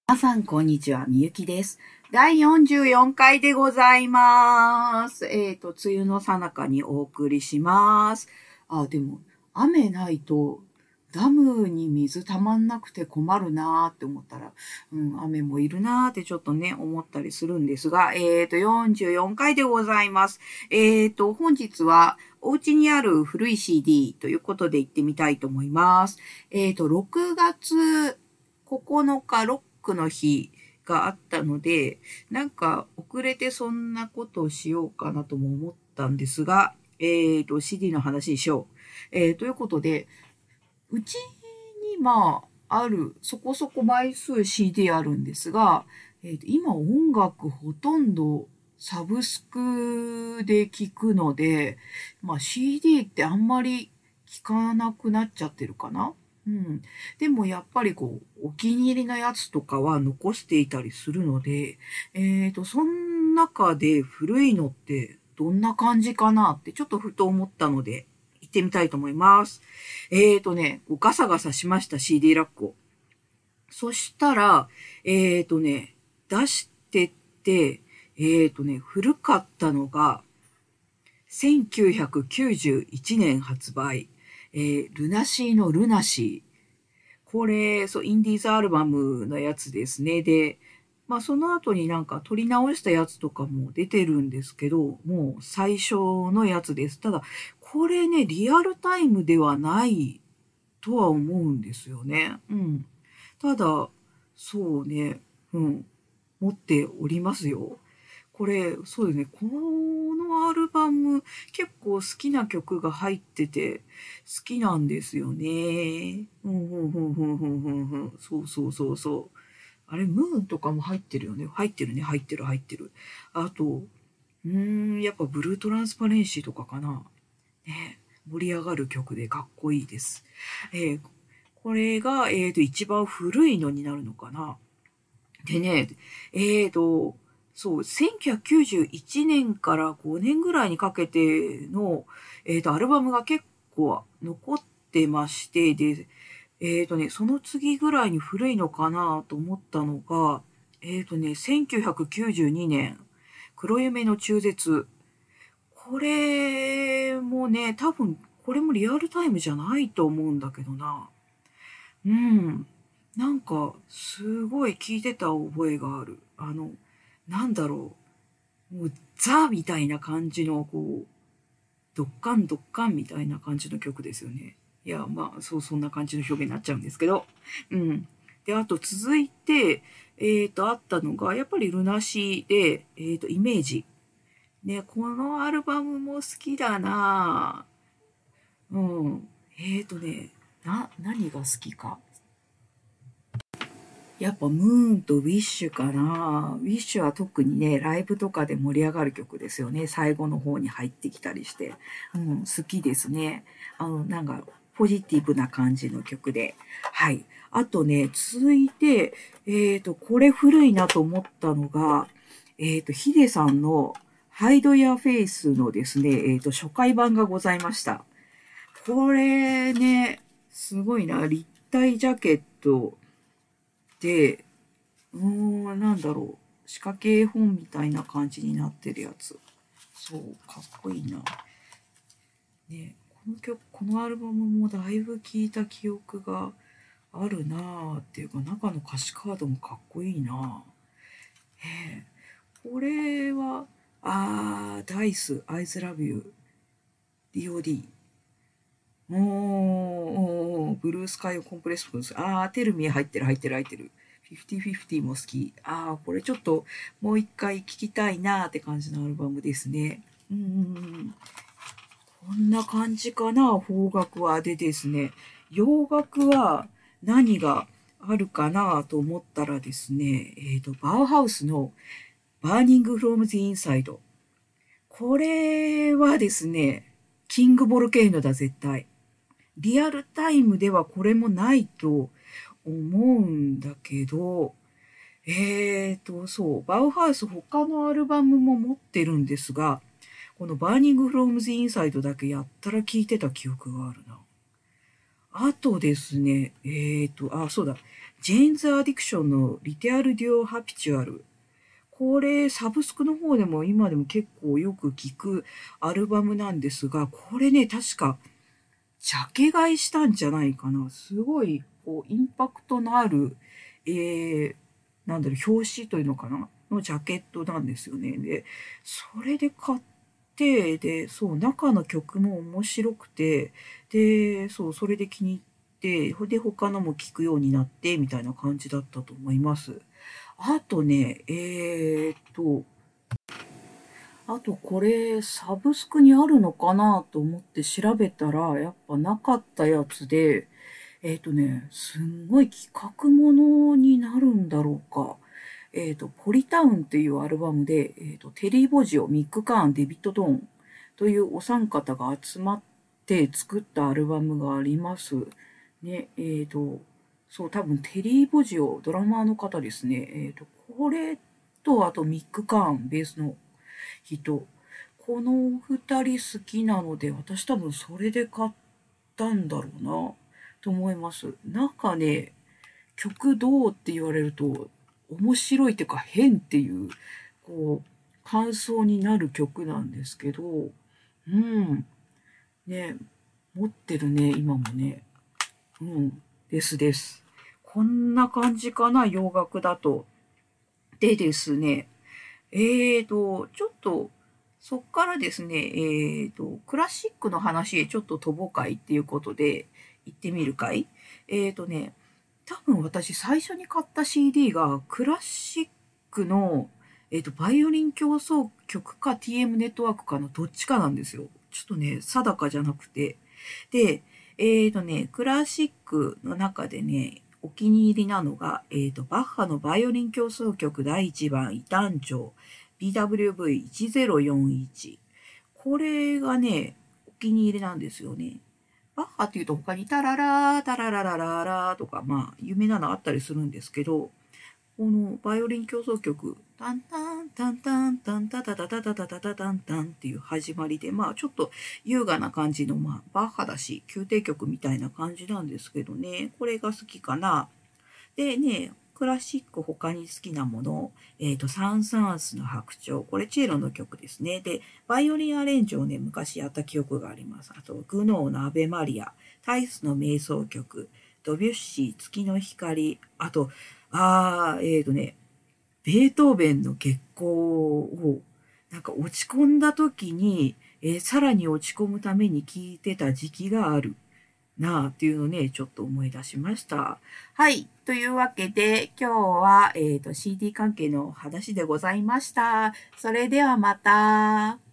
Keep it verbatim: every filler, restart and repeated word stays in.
皆さん、こんにちは。みゆきです。だいよんじゅうよんかいでございます。えっと、梅雨の最中にお送りします。あ、でも、雨ないと、ダムに水溜まんなくて困るなーって思ったら、うん、雨もいるなーってちょっとね、思ったりするんですが、えっと、よんじゅうよんかいでございます。えっと、本日は、お家にある古い シーディー ということで行ってみたいと思います。えっと、ろくがつここのか、ロックの日があったので、なんか遅れてそんなことをしようかなとも思ったんですが、えっと、シーディー の話にしよう。えー、ということで、うちにまあ、ある、そこそこ枚数 シーディー あるんですが、えーと、今音楽ほとんどサブスクで聞くので、まあ シーディー ってあんまり聞かなくなっちゃってるかな。うん。でもやっぱりこう、お気に入りのやつとかは残していたりするので、えっと、その中で古いのってどんな感じかなってちょっとふと思ったので、行ってみたいと思います。えっとね、ガサガサしました シーディー ラックを。そしたら、えっとね、出してって、えっとね、古かったのが、せんきゅうひゃくきゅうじゅういちねん発売、えー、ルナシーのルナシー。これ、そう、インディーズアルバムのやつですね。で、まあその後になんか撮り直したやつとかも出てるんですけど、もう最初のやつです。ただ、これね、リアルタイムではないとは思うんですよね。うん。ただ、そうね、うん、持っておりますよ。これ、そうですね、このアルバム、結構好きな曲が入ってて、好きなんですよね。うん、ふんふんふんふんふんふん。そうそうそうそう。あれ、ムーンとかも入ってるよね。入ってるね、入ってる、入ってる。あと、うーん、やっぱブルートランスパレンシーとかかな。ね、盛り上がる曲でかっこいいです。えーこれが、えっと、一番古いのになるのかな。でね、えっと、そう、せんきゅうひゃくきゅうじゅういちねんからごねんぐらいにかけての、えっと、アルバムが結構残ってまして、で、えっとね、その次ぐらいに古いのかなと思ったのが、えっとね、せんきゅうひゃくきゅうじゅうにねん、黒夢の中絶。これもね、多分、これもリアルタイムじゃないと思うんだけどな。うん。なんか、すごい聞いてた覚えがある。あの、なんだろう。もう、ザみたいな感じの、こう、ドッカンドッカンみたいな感じの曲ですよね。いや、まあ、そう、そんな感じの表現になっちゃうんですけど。うん。で、あと続いて、えっと、あったのが、やっぱりルナシーで、えっと、イメージ。ね、このアルバムも好きだなぁ。うん。えっとね、な、何が好きか。やっぱムーンとウィッシュかな。ウィッシュは特にね、ライブとかで盛り上がる曲ですよね。最後の方に入ってきたりして。うん、好きですね。あの、なんか、ポジティブな感じの曲で。はい。あとね、続いて、えっと、これ古いなと思ったのが、えっと、ヒデさんのハイドヤフェイスのですね、えっと、初回版がございました。これね、すごいな。立体ジャケットで、うーん、なんだろう。仕掛け絵本みたいな感じになってるやつ。そう、かっこいいな。ね、この曲、このアルバムもだいぶ聴いた記憶があるなぁっていうか、中の歌詞カードもかっこいいなぁ。えー、これは、あー、ダイス、アイズラブユー、ディーオーディー。おー、おー、ブルースカイコンプレッション。あー、テルミー入ってる、入ってる、入ってる。フィフティフィフティも好き。あー、これちょっともう一回聴きたいなーって感じのアルバムですね。うんうんうん。こんな感じかな、邦楽は。でですね、洋楽は何があるかなと思ったらですね、えっと、バウハウスのバーニングフロムズインサイド。これはですね、キングボルケーノだ、絶対。リアルタイムではこれもないと思うんだけど、えーと、そう、バウハウス他のアルバムも持ってるんですが、このバーニングフロムズインサイドだけやったら聞いてた記憶があるな。あとですね、えーと、あ、そうだ。 ジェーンズ・アディクションのリテアル・デュオ・ハピチュアル。これ、サブスクの方でも今でも結構よく聞くアルバムなんですが、これね、確か、ジャケ買いしたんじゃないかな。すごい、こう、インパクトのある、えー、なんだろう、表紙というのかなのジャケットなんですよね。で、それで買って、で、そう、中の曲も面白くて、で、そう、それで気に入って、で、他のも聞くようになって、みたいな感じだったと思います。あとね、えーっと、あとこれサブスクにあるのかなと思って調べたら、やっぱなかったやつで、えーっとね、すんごい企画ものになるんだろうか。えーっと、ポリタウンっていうアルバムで、えーっと、テリー・ボジオ、ミック・カーン、デビッド・ドーンというお三方が集まって作ったアルバムがあります。ね、えーっと、そう、多分テリー・ボジオ、ドラマーの方ですね。えーっと、これと、あとミック・カーン、ベースの人。この二人好きなので、私多分それで買ったんだろうな、と思います。なんかね、曲どうって言われると、面白いっていうか変っていう、こう、感想になる曲なんですけど、うん、ね、持ってるね、今もね。うん、ですです。こんな感じかな、洋楽だと。でですね、えーと、ちょっと、そっからですね、えーと、クラシックの話へちょっと飛ぼうかいっていうことで、行ってみるかい。えーとね、多分私最初に買った シーディー がクラシックの、えーと、バイオリン競争曲か ティーエム ネットワークかのどっちかなんですよ。ちょっとね、定かじゃなくて。で、えーとね、クラシックの中でね、お気に入りなのが、えーと、バッハのバイオリン競争曲だいいちばん、異端調 ビーダブリューブイいちぜろよんいち。これがね、お気に入りなんですよね。バッハっていうと他にタララー、タラララララーとか、まあ、有名なのあったりするんですけど、このバイオリン競争曲、タンタンタンタンタンタタタタタタタタタンタンっていう始まりで、まあちょっと優雅な感じの、まあバッハだし、宮廷曲みたいな感じなんですけどね、これが好きかな。でね、クラシック他に好きなもの、えっと、サン・サーンスの白鳥。これチェロの曲ですね。で、バイオリンアレンジをね、昔やった記憶があります。あと、グノーのアベマリア、タイスの瞑想曲、ドビュッシー、月の光、あと、あー、えっとね、ベートーベンの月光を、なんか落ち込んだ時に、えーさらに落ち込むために聴いてた時期がある。なあっていうのをね、ちょっと思い出しました。はい。というわけで、今日は、えっと、シーディー 関係の話でございました。それではまた。